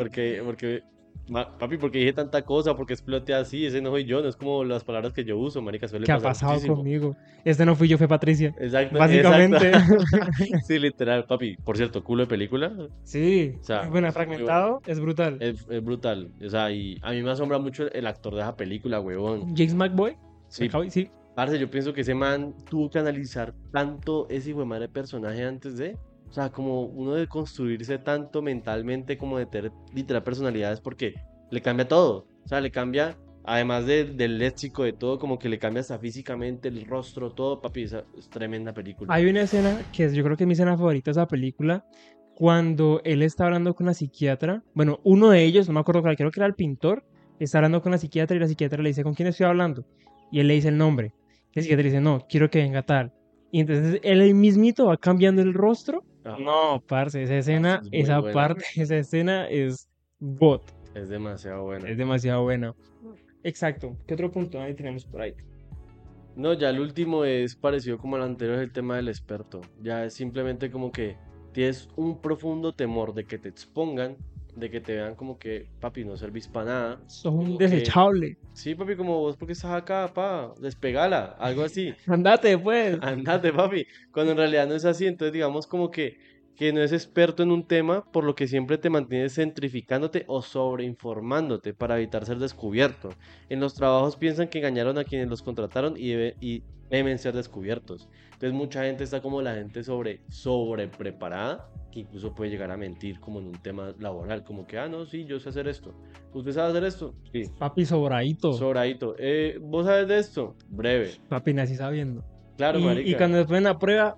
papi, porque dije tanta cosa, porque exploté así, ese no soy yo, no es como las palabras que yo uso, marica, suele ¿Qué ha pasar pasado muchísimo. conmigo? Este no fui yo, fue Patricia. Exacto, exacto. Básicamente. Sí, literal, papi. Por cierto, culo de película. O Sí, sea, bueno, muy bueno. fragmentado es brutal. Es brutal. O sea, y a mí me asombra mucho el actor de esa película, huevón. James McBoy, Sí, sí, parce, yo pienso que ese man tuvo que analizar tanto ese hijo de madre personaje antes de. O sea, como uno de construirse tanto mentalmente, como de tener literal personalidades, porque le cambia todo. O sea, le cambia, además del léxico, de todo, como que le cambia hasta físicamente, el rostro, todo, papi. Esa es tremenda película. hay una escena yo creo que es mi escena favorita de esa película, cuando él está hablando con la psiquiatra. Bueno, uno de ellos, no me acuerdo cuál, creo que era el pintor, está hablando con la psiquiatra y la psiquiatra le dice, ¿con quién estoy hablando? Y él le dice el nombre. Y el psiquiatra dice, no, quiero que venga tal. Y entonces él ahí mismito va cambiando el rostro. Ah, No, parce, esa parce, escena, es muy esa buena. parte, esa escena es God. Es demasiado buena. Es demasiado buena. Exacto. ¿Qué otro punto ahí tenemos por ahí? No, ya el último es parecido como el anterior, es el tema del experto. Ya es simplemente como que tienes un profundo temor de que te expongan, de que te vean como que, papi, no servís para nada. Sos un Como que, desechable. sí, papi, como vos, porque estás acá, pa, despegala, algo así. Andate, pues. Andate, papi. Cuando en realidad no es así, entonces digamos como que no es experto en un tema, por lo que siempre te mantienes centrificándote o sobreinformándote para evitar ser descubierto. En los trabajos piensan que engañaron a quienes los contrataron y deben ser descubiertos. Entonces mucha gente está como la gente sobre preparada, que incluso puede llegar a mentir como en un tema laboral, como que, ah, no, sí, yo sé hacer esto. ¿Usted sabe hacer esto? Sí. Papi sobradito. Sobradito. ¿Vos sabes de esto? Breve. Papi nací sabiendo. Claro, Y marica. cuando te ponen a prueba,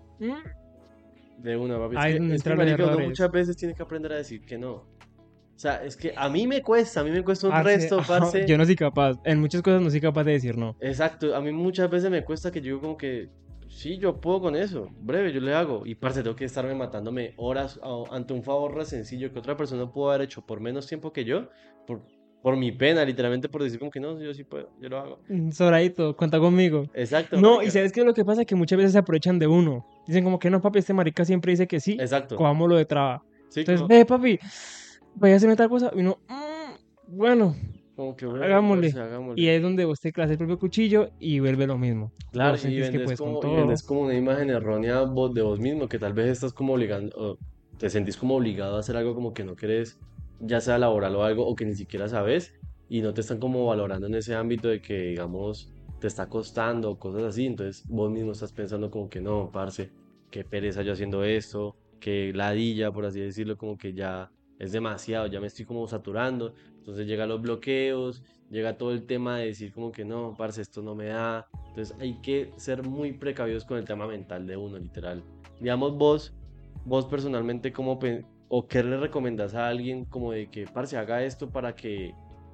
De una, papi. ahí es donde Es que, entran los marica, uno errores. muchas veces tiene que aprender a decir que no. O sea, es que a mí me cuesta un Parce, resto, parce. yo no soy capaz. En muchas cosas no soy capaz de decir no. Exacto, a mí muchas veces me cuesta que yo digo como que, sí, yo puedo con eso, breve, yo le hago. Y parce, tengo que estarme matándome horas ante un favor re sencillo que otra persona pudo haber hecho por menos tiempo que yo, por, por mi pena, literalmente por decir como que no, yo sí puedo, yo lo hago. Sobradito, cuenta conmigo. Exacto, No, y marica. ¿sabes qué es lo que pasa? Que muchas veces se aprovechan de uno. Dicen como que no, papi, este marica siempre dice que sí, Exacto. cojámoslo de traba. Sí, Entonces, ve, papi, vaya a hacerme tal cosa. Y uno, bueno, como que bueno, parce, hagámosle. Y hagámosle. ahí es donde vos te clavas el propio cuchillo y vuelve lo mismo. Claro, Vos sentís que puedes con y todo. vendes como una imagen errónea de vos mismo, que tal vez estás como obligando, o te sentís como obligado a hacer algo como que no querés, ya sea laboral o algo, o que ni siquiera sabes, y no te están como valorando en ese ámbito de que, digamos, te está costando, o cosas así, entonces vos mismo estás pensando como que no, parce, qué pereza yo haciendo esto, que ladilla, por así decirlo, como que ya es demasiado, ya me estoy como saturando, entonces llegan los bloqueos, llega todo el tema de decir como que no, parce, esto no me da. Entonces hay que ser muy precavidos con el tema mental de uno, literal. Digamos vos personalmente, o qué le recomendás a alguien como de que, parce, haga esto para que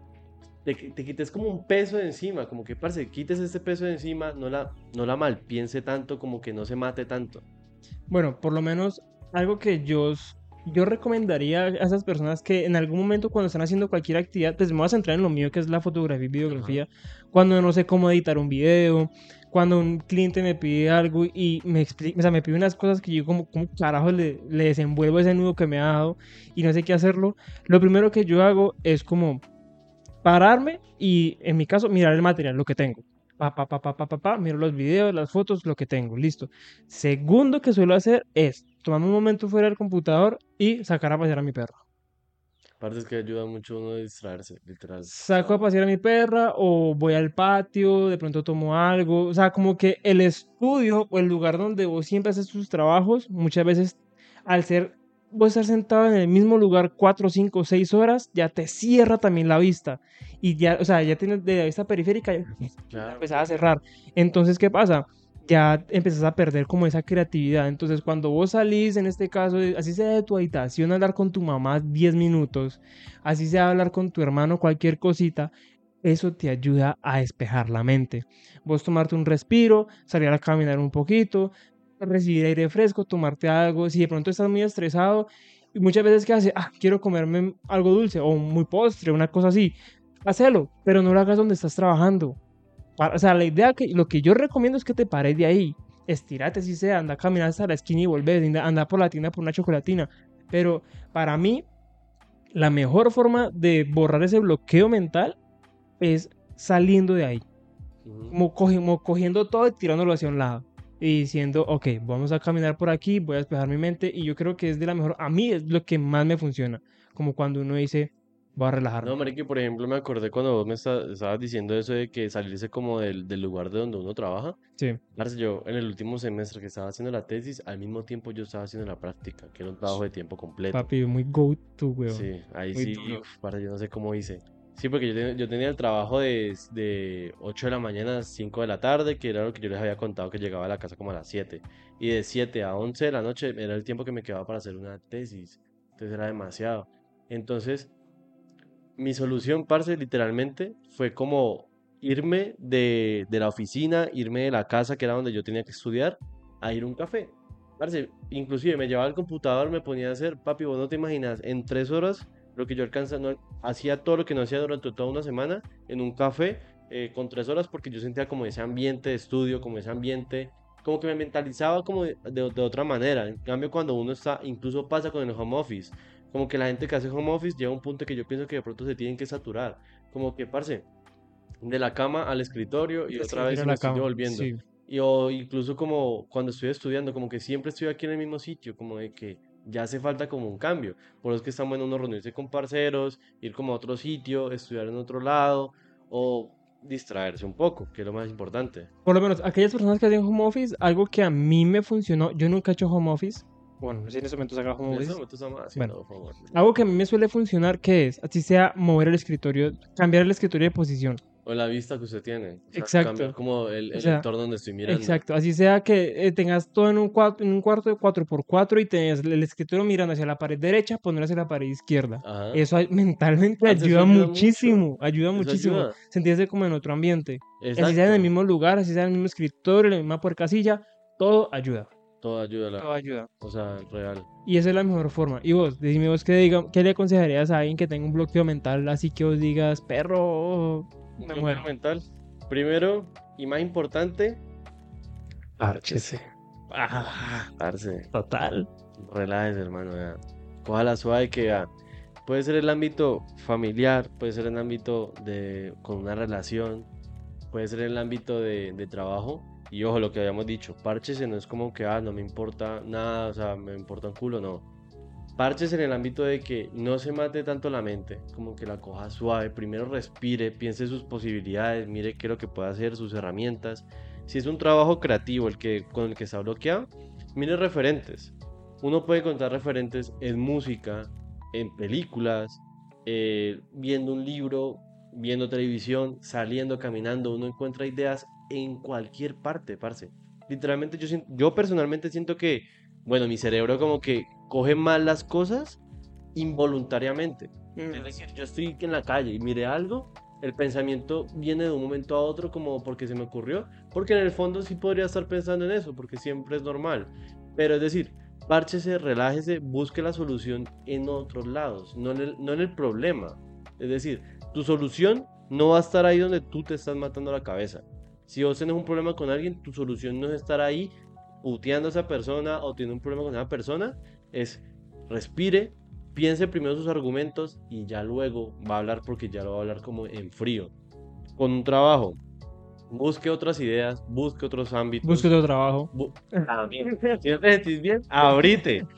te quites como un peso de encima, como que, parce, quites este peso de encima, no la malpiense tanto, como que no se mate tanto. Bueno, por lo menos algo que yo recomendaría a esas personas que en algún momento cuando están haciendo cualquier actividad, pues me voy a centrar en lo mío que es la fotografía y Ajá. videografía, cuando no sé cómo editar un video, cuando un cliente me pide algo y me explica, o sea, me pide unas cosas que yo como carajo le desenvuelvo ese nudo que me ha dado y no sé qué hacerlo, lo primero que yo hago es como pararme y en mi caso mirar el material, lo que tengo. Miro los videos, las fotos, lo que tengo, listo. Segundo que suelo hacer es tomarme un momento fuera del computador y sacar a pasear a mi perro. Aparte es que ayuda mucho a uno a distraerse, literal. O Saco a sea, pasear a mi perra o voy al patio, de pronto tomo algo. O sea, como que el estudio o el lugar donde vos siempre haces tus trabajos, muchas veces al ser vos estar sentado en el mismo lugar 4, 5, 6 horas, ya te cierra también la vista. Y ya, o sea, ya tienes de la vista periférica, ya claro. empezás a cerrar. Entonces, ¿qué pasa? Ya empezás a perder como esa creatividad. Entonces, cuando vos salís, en este caso, así sea de tu habitación, a hablar con tu mamá 10 minutos, así sea hablar con tu hermano, cualquier cosita, eso te ayuda a despejar la mente. Vos tomarte un respiro, salir a caminar un poquito, recibir aire fresco, tomarte algo. Si de pronto estás muy estresado, y muchas veces que haces, quiero comerme algo dulce o muy postre, una cosa así, hacelo, pero no lo hagas donde estás trabajando. O sea, la idea que lo que yo recomiendo es que te pares de ahí, estírate si sea, anda a caminar hasta la esquina y volvés, anda por la tienda por una chocolatina. Pero para mí, la mejor forma de borrar ese bloqueo mental es saliendo de ahí, Ujú. como cogiendo todo y tirándolo hacia un lado y diciendo, ok, vamos a caminar por aquí, voy a despejar mi mente y yo creo que es de la mejor, a mí es lo que más me funciona, como cuando uno dice, voy a No, relajarme. marica, por ejemplo, me acordé cuando vos estabas diciendo eso de que salirse como del lugar de donde uno trabaja. Sí, Parce, yo en el último semestre que estaba haciendo la tesis, al mismo tiempo yo estaba haciendo la práctica, que era un trabajo de tiempo completo. papi, muy go to, weón, Sí, ahí muy sí, duro. parce, yo no sé cómo hice. Sí, porque yo tenía el trabajo de 8 de la mañana a 5 de la tarde, que era lo que yo les había contado que llegaba a la casa como a las 7. Y de 7 a 11 de la noche era el tiempo que me quedaba para hacer una tesis. Entonces era demasiado. Entonces, mi solución, parce, literalmente fue como irme de la oficina, irme de la casa, que era donde yo tenía que estudiar, a ir a un café. Parce, inclusive me llevaba al computador, me ponía a hacer, papi, vos no te imaginas, en 3 horas, lo que yo alcanzaba, hacía todo lo que no hacía durante toda una semana en un café, con 3 horas, porque yo sentía como ese ambiente de estudio, como ese ambiente, como que me mentalizaba como de otra manera. En cambio, cuando uno está, incluso pasa con el home office, como que la gente que hace home office llega a un punto que yo pienso que de pronto se tienen que saturar, como que, parce, de la cama al escritorio y otra vez Ir a y me la estoy cama, devolviendo. sí. Y o incluso como cuando estoy estudiando, como que siempre estoy aquí en el mismo sitio, como de que ya hace falta como un cambio. Por eso es que está bueno uno reunirse con parceros, ir como a otro sitio, estudiar en otro lado o distraerse un poco, que es lo más importante. Por lo menos, aquellas personas que hacen home office, algo que a mí me funcionó, yo nunca he hecho home office. Bueno, no sé si en ese momento se haga home En este office. momento estamos Bueno, haciendo favor. algo que a mí me suele funcionar, ¿qué es? Así sea mover el escritorio, cambiar el escritorio de posición. O la vista que usted tiene, o sea, cambiar Exacto. como O el sea, entorno donde estoy mirando. exacto. Así sea que tengas todo en un cuarto de 4x4 y tengas el escritorio mirando hacia la pared derecha, poner hacia la pared izquierda. Ajá. Eso mentalmente Parce, eso ayuda ayuda mucho. muchísimo, ayuda Eso muchísimo. ayuda. Sentirse como en otro ambiente. Y así sea en el Exacto. mismo lugar, así sea en el mismo escritorio, en la misma puercasilla, todo ayuda. Todo ayuda, Todo ayuda. o sea, real. Y esa es la mejor forma. Y vos, decime vos qué le aconsejarías a alguien que tenga un bloqueo mental, así que vos digas, perro, me Bloqueo muero. mental. Primero y más importante, Párchese. parce, Total. relájese, hermano. Vea. Cójala suave que vea. Puede ser el ámbito familiar, puede ser el ámbito de con una relación, puede ser el ámbito de trabajo. Y ojo, lo que habíamos dicho, párchese no es como que, no me importa nada, o sea, me importa un culo, no. Párchese en el ámbito de que no se mate tanto la mente, como que la coja suave, primero respire, piense sus posibilidades, mire qué es lo que puede hacer, sus herramientas. Si es un trabajo creativo con el que está bloqueado, mire referentes. Uno puede encontrar referentes en música, en películas, viendo un libro, viendo televisión, saliendo, caminando. Uno encuentra ideas en cualquier parte, parce. Literalmente yo personalmente siento que, bueno, mi cerebro como que coge mal las cosas involuntariamente. Es decir, yo estoy en la calle y mire algo, el pensamiento viene de un momento a otro como porque se me ocurrió, porque en el fondo sí podría estar pensando en eso, porque siempre es normal. Pero es decir, párchese, relájese, busque la solución en otros lados, no en el problema. Es decir, tu solución no va a estar ahí donde tú te estás matando la cabeza. Si vos tenés un problema con alguien, tu solución no es estar ahí puteando a esa persona o tiene un problema con esa persona, es respire, piense primero sus argumentos y ya luego va a hablar porque ya lo va a hablar como en frío. Con un trabajo, busque otras ideas, busque otros ámbitos. Busque otro trabajo. También. Si no te sentís bien, abrite.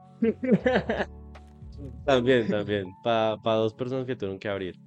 También, también. Para dos personas que tuvieron que abrir.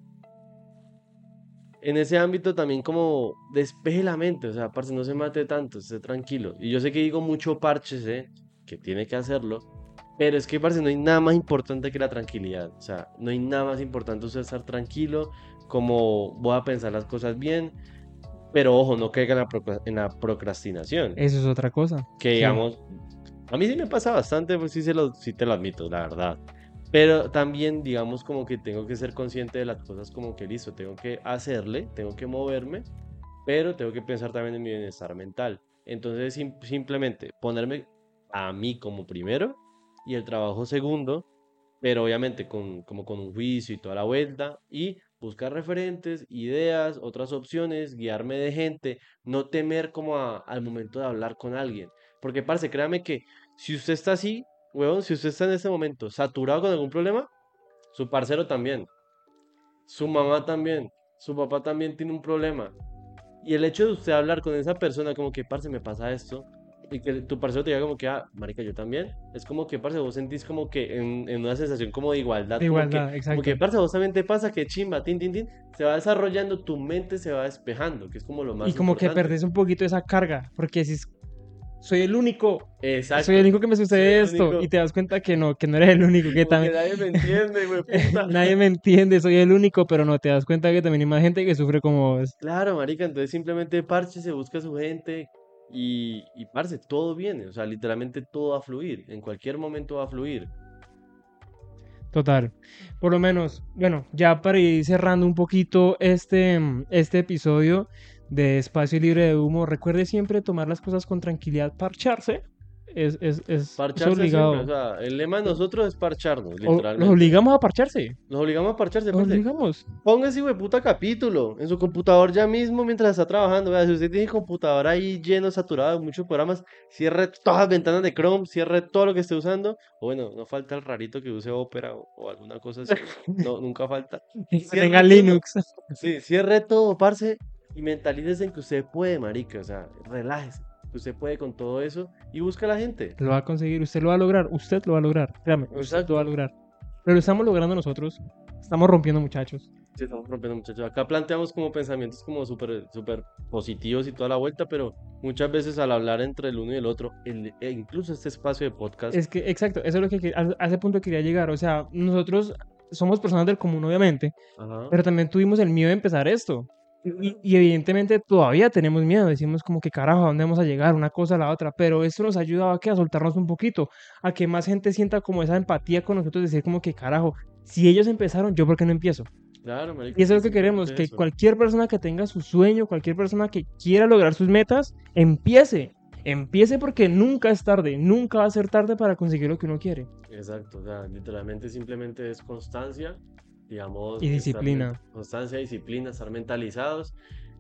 En ese ámbito también como despeje la mente, o sea, parce, no se mate tanto, esté tranquilo. Y yo sé que digo mucho parches, que tiene que hacerlo, pero es que, parce, no hay nada más importante que la tranquilidad. O sea, no hay nada más importante usted estar tranquilo, como voy a pensar las cosas bien, pero ojo, no caiga en en la procrastinación. Eso es otra cosa. Que Sí. digamos, a mí sí me pasa bastante, pues sí te lo admito, la verdad. Pero también, digamos, como que tengo que ser consciente de las cosas como que listo, tengo que hacerle, tengo que moverme, pero tengo que pensar también en mi bienestar mental. Entonces, simplemente ponerme a mí como primero y el trabajo segundo, pero obviamente como con un juicio y toda la vuelta, y buscar referentes, ideas, otras opciones, guiarme de gente, no temer como al momento de hablar con alguien. Porque, parce, créame que si usted está así, huevón, si usted está en este momento saturado con algún problema, su parcero también, su mamá también, su papá también tiene un problema. Y el hecho de usted hablar con esa persona como que, parce, me pasa esto, y que tu parcero te diga como que, marica, yo también, es como que, parce, vos sentís como que en una sensación como de igualdad, De igualdad, como que, exacto. parce, vos también te pasa, que chimba, tin, tin, tin, se va desarrollando, tu mente se va despejando, que es como lo Y más como que importante. perdés un poquito esa carga, porque decís, soy el único Exacto. que me Soy sucede el esto, único, y te das cuenta que no eres el único, que como que también nadie me entiende, güey, puta. nadie me entiende, soy el único, pero no te das cuenta que también hay más gente que sufre como vos. Claro, marica, entonces simplemente parche, se busca a su gente y parce, todo viene, o sea, literalmente todo va a fluir, en cualquier momento va a fluir. Total. Por lo menos, bueno, ya para ir cerrando un poquito este episodio, de Espacio Libre de Humo. Recuerde siempre tomar las cosas con tranquilidad, parcharse. Es Parcharse siempre, o obligado. sea, el lema de nosotros es parcharnos, Los literalmente. obligamos a parcharse. Nos obligamos a parcharse, Los parce. obligamos. Póngase, puta capítulo en su computador ya mismo mientras está trabajando. Vea, si usted tiene el computador ahí lleno, saturado de muchos programas, cierre todas las ventanas de Chrome, cierre todo lo que esté usando. O bueno, no falta el rarito que use Opera o alguna cosa así. No, nunca falta. Que tenga Cierre todo. Linux. Sí, cierre todo, parce. Y mentalícese en que usted puede, marica. O sea, relájese. Que usted puede con todo eso y busca a la gente. Lo va a conseguir, usted lo va a lograr, usted lo va a lograr. Créame, usted lo va a Exacto. lograr. Pero lo estamos logrando nosotros. Estamos rompiendo, muchachos. Sí, estamos rompiendo, muchachos. Acá planteamos como pensamientos como súper positivos y toda la vuelta, pero muchas veces al hablar entre el uno y el otro, incluso este espacio de podcast, Es que, exacto, eso es lo que a ese punto quería llegar. O sea, nosotros somos personas del común, obviamente, ajá, pero también tuvimos el miedo de empezar esto. Y evidentemente todavía tenemos miedo, decimos como que carajo, ¿a dónde vamos a llegar? Una cosa a la otra, pero eso nos ha ayudado a soltarnos un poquito, a que más gente sienta como esa empatía con nosotros, decir como que carajo, si ellos empezaron, ¿yo por qué no empiezo? claro, marica, Y eso es es lo que queremos, simplemente que eso. cualquier persona que tenga su sueño, cualquier persona que quiera lograr sus metas, empiece. Empiece porque nunca es tarde, nunca va a ser tarde para conseguir lo que uno quiere. Exacto, o sea, literalmente simplemente es constancia, Y digamos, disciplina. constancia, disciplina, estar mentalizados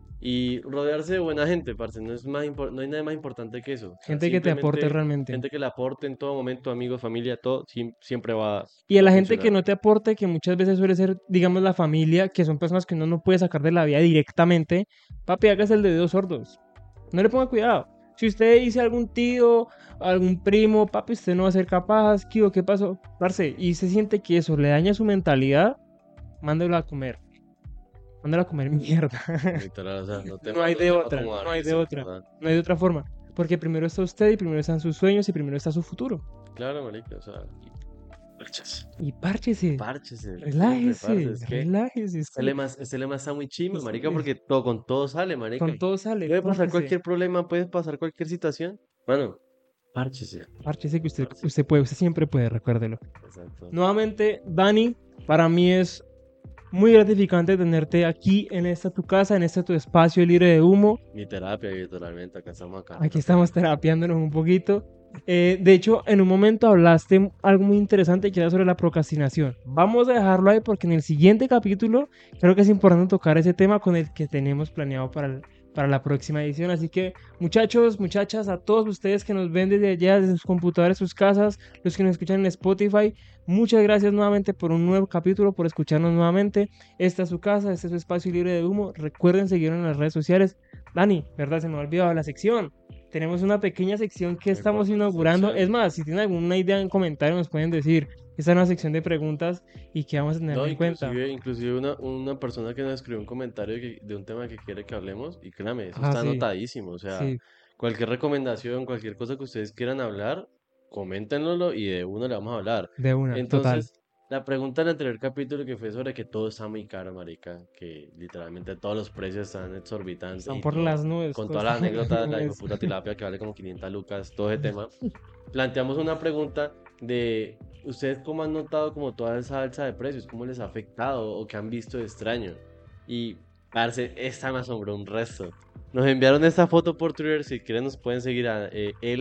y rodearse de buena gente, parce, no hay nada más importante que eso, o sea, Gente que te aporte simplemente realmente. gente que le aporte en todo momento, amigos, familia, todo, siempre Y a va a la gente que funcionar. no te aporte, que muchas veces suele ser, digamos, la familia, que son personas que uno no puede sacar de la vida directamente, papi, hágase el de dedos sordos. No le ponga cuidado. Si usted dice a algún tío, a algún primo, papi, usted no va a ser capaz, ¿qué pasó? Parce, y se siente que eso le daña su mentalidad, mándelo a comer. Mándelo a comer mierda. Literal, o sea, no te No hay mando, de te otra, mando como no hay de risa, otra, ¿verdad? no hay de otra forma. Porque primero está usted y primero están sus sueños y primero está su futuro. Claro, marica, o sea, parches, Y párchese, párchese, siempre, parce, relájese, es que relájese. Es que este lema está muy chimba, es- marica, es- porque todo, con todo sale, marica. con todo sale, Puede pasar párchese. cualquier problema, puede pasar cualquier situación. Bueno, párchese, Párchese que párchese. usted puede, usted siempre puede, recuérdelo. Exacto. Nuevamente, Dani, para mí es muy gratificante tenerte aquí en esta tu casa, en este tu espacio libre de humo. Mi terapia, literalmente, acá estamos acá. Aquí estamos terapiándonos un poquito. De hecho, en un momento hablaste algo muy interesante que era sobre la procrastinación. Vamos a dejarlo ahí porque en el siguiente capítulo creo que es importante tocar ese tema con el que tenemos planeado para la próxima edición. Así que muchachos, muchachas, a todos ustedes que nos ven desde allá, desde sus computadores, sus casas, los que nos escuchan en Spotify, muchas gracias nuevamente por un nuevo capítulo, por escucharnos nuevamente. Esta es su casa, este es su espacio libre de humo. Recuerden seguirnos en las redes sociales. Dani, ¿verdad? Se me ha olvidado la sección. Tenemos una pequeña sección que No estamos importa, inaugurando. Es sección. más, si tienen alguna idea en comentarios nos pueden decir. Esta es una sección de preguntas y que vamos a tenerlo No, en cuenta. inclusive una persona que nos escribió un comentario de un tema que quiere que hablemos, y créame, eso Ah, está sí, anotadísimo, o sea, sí, cualquier recomendación, cualquier cosa que ustedes quieran hablar, coméntenlo y de uno le vamos a hablar. de una, total. Entonces, la pregunta del anterior capítulo que fue sobre que todo está muy caro, marica, que literalmente todos los precios están exorbitantes Están y por todo, las nubes. con Todo toda está la por las anécdota de la nubes. puta tilapia que vale como 500 lucas, todo ese tema, planteamos una pregunta de ustedes cómo han notado como toda esa alza de precios, cómo les ha afectado o qué han visto de extraño. Y, parce, esta me asombró un resto. Nos enviaron esta foto por Twitter, si quieren nos pueden seguir a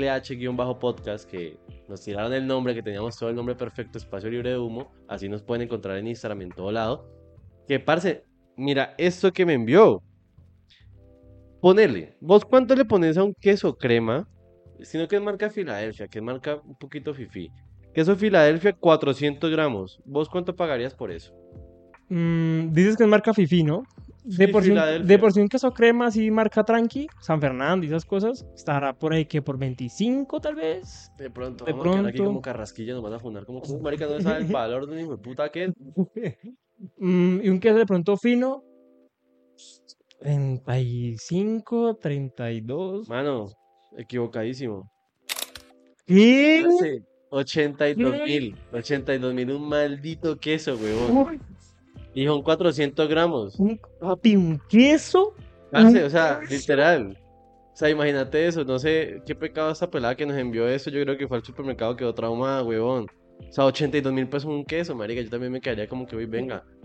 LH-podcast, que nos tiraron el nombre, que teníamos todo el nombre perfecto, Espacio Libre de Humo, así nos pueden encontrar en Instagram en todo lado. Que, parce, mira, esto que me envió, ponele, ¿vos cuánto le pones a un queso crema? Sino que es marca Filadelfia, que es marca un poquito fifi. Queso Filadelfia, 400 gramos. ¿Vos cuánto pagarías por eso? Dices que es marca Fifi, ¿no? Sí, De Filadelfia. por sí un queso crema así marca tranqui, San Fernando y esas cosas, estará por ahí que por 25 tal vez, De pronto, de vamos a quedar aquí como pronto. carrasquilla, nos van a fundar como, marica, no sabe el valor de un hijo de puta que es. Y un queso de pronto fino, 35, 32. Mano, equivocadísimo. ¿Qué? Parce, 82 ¿Qué? mil. 82.000, un maldito queso, huevón. Uy, Y son 400 gramos. papi, un queso, Parce, un o sea, queso. literal. O sea, imagínate eso, no sé qué pecado esta pelada que nos envió eso, yo creo que fue al supermercado, quedó traumada, huevón. O sea, 82.000 pesos un queso, marica, yo también me quedaría como que, uy, venga.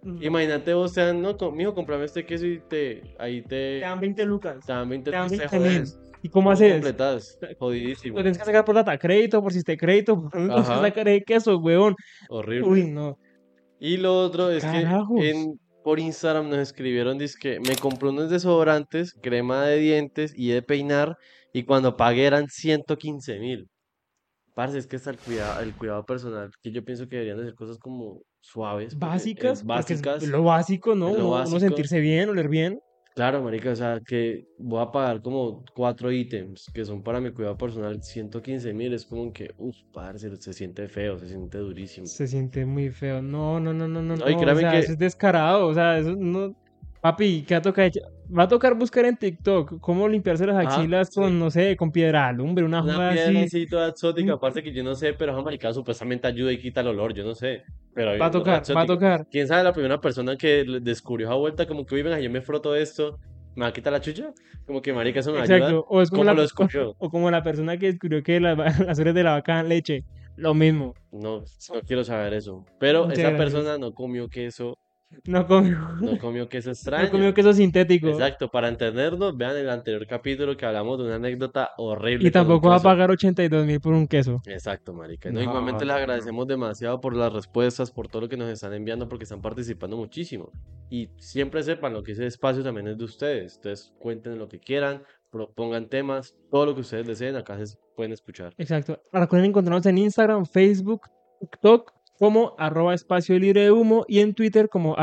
Imagínate vos, te dan, no, mijo, comprame este queso y ahí Te dan 20 lucas. te dan 20 Te dan lucas, te 20.000. jodes. ¿Y cómo ¿Cómo haces? completas? Lo Jodidísimo. tienes que sacar por data crédito, por sistema crédito, por dónde tienes que Ajá, sacar ese queso, weón. horrible. Uy, no. Y lo otro es que Carajos. por Instagram nos escribieron, que me compré unos desodorantes, crema de dientes y de peinar, y cuando pagué eran 115.000. Parce, es que hasta el cuidado personal, que yo pienso que deberían de ser cosas como suaves, porque es Básicas, porque es básicas, lo básico, ¿no? es lo Uno básico. sentirse bien, oler bien. Claro, marica, o sea, que voy a pagar como 4 ítems que son para mi cuidado personal, 115.000, es como que, uff, parce, se siente feo, se siente durísimo. Se siente muy feo. No, no, no, no, no, No, y no. O créame sea, que, eso es descarado. O sea, eso no. Papi, ¿qué va a tocar? Va a tocar buscar en TikTok cómo limpiarse las ajá, axilas sí, con, no sé, con piedra de alumbre, una una joda piedra así. así toda Mm, exótica, aparte que yo no sé, pero esa maricada supuestamente ayuda y quita el olor, yo no sé, pero Va a no tocar, va a exótico. tocar. ¿Quién sabe la primera persona que descubrió esa vuelta, como que, uy, venga, yo me froto esto, me va a quitar la chucha? Como que, marica, eso me ayuda. Exacto. O es como ¿Cómo la, lo descubrió? o como la persona que descubrió que las horas de la vaca dan leche. Lo mismo. No, no quiero saber eso. Pero Muchas esa gracias. persona no comió queso, No comió, no comió queso no comió extraño. queso sintético. Exacto, para entendernos, vean el anterior capítulo que hablamos de una anécdota Y horrible con un tampoco va a queso. pagar 82.000 por un queso. Exacto, marica. No, igualmente No, les no, no. agradecemos demasiado por las respuestas, por todo lo que nos están enviando, porque están participando muchísimo. Y siempre sepan lo que ese espacio también es de ustedes. Entonces, cuenten lo que quieran, propongan temas, todo lo que ustedes deseen, acá se pueden escuchar. Exacto. Recuerden encontrarnos en Instagram, Facebook, TikTok como @espacio libre de humo y en Twitter como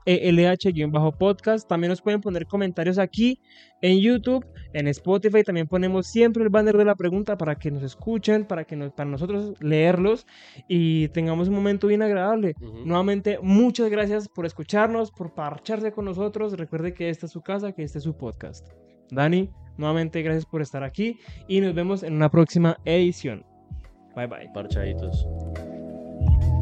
@ELH-podcast. También nos pueden poner comentarios aquí en YouTube, en Spotify. También ponemos siempre el banner de la pregunta para que nos escuchen, para nosotros leerlos y tengamos un momento bien agradable. Ujú. Nuevamente, muchas gracias por escucharnos, por parcharse con nosotros. Recuerde que esta es su casa, que este es su podcast. Dani, nuevamente gracias por estar aquí y nos vemos en una próxima edición. Bye bye. Parchaditos.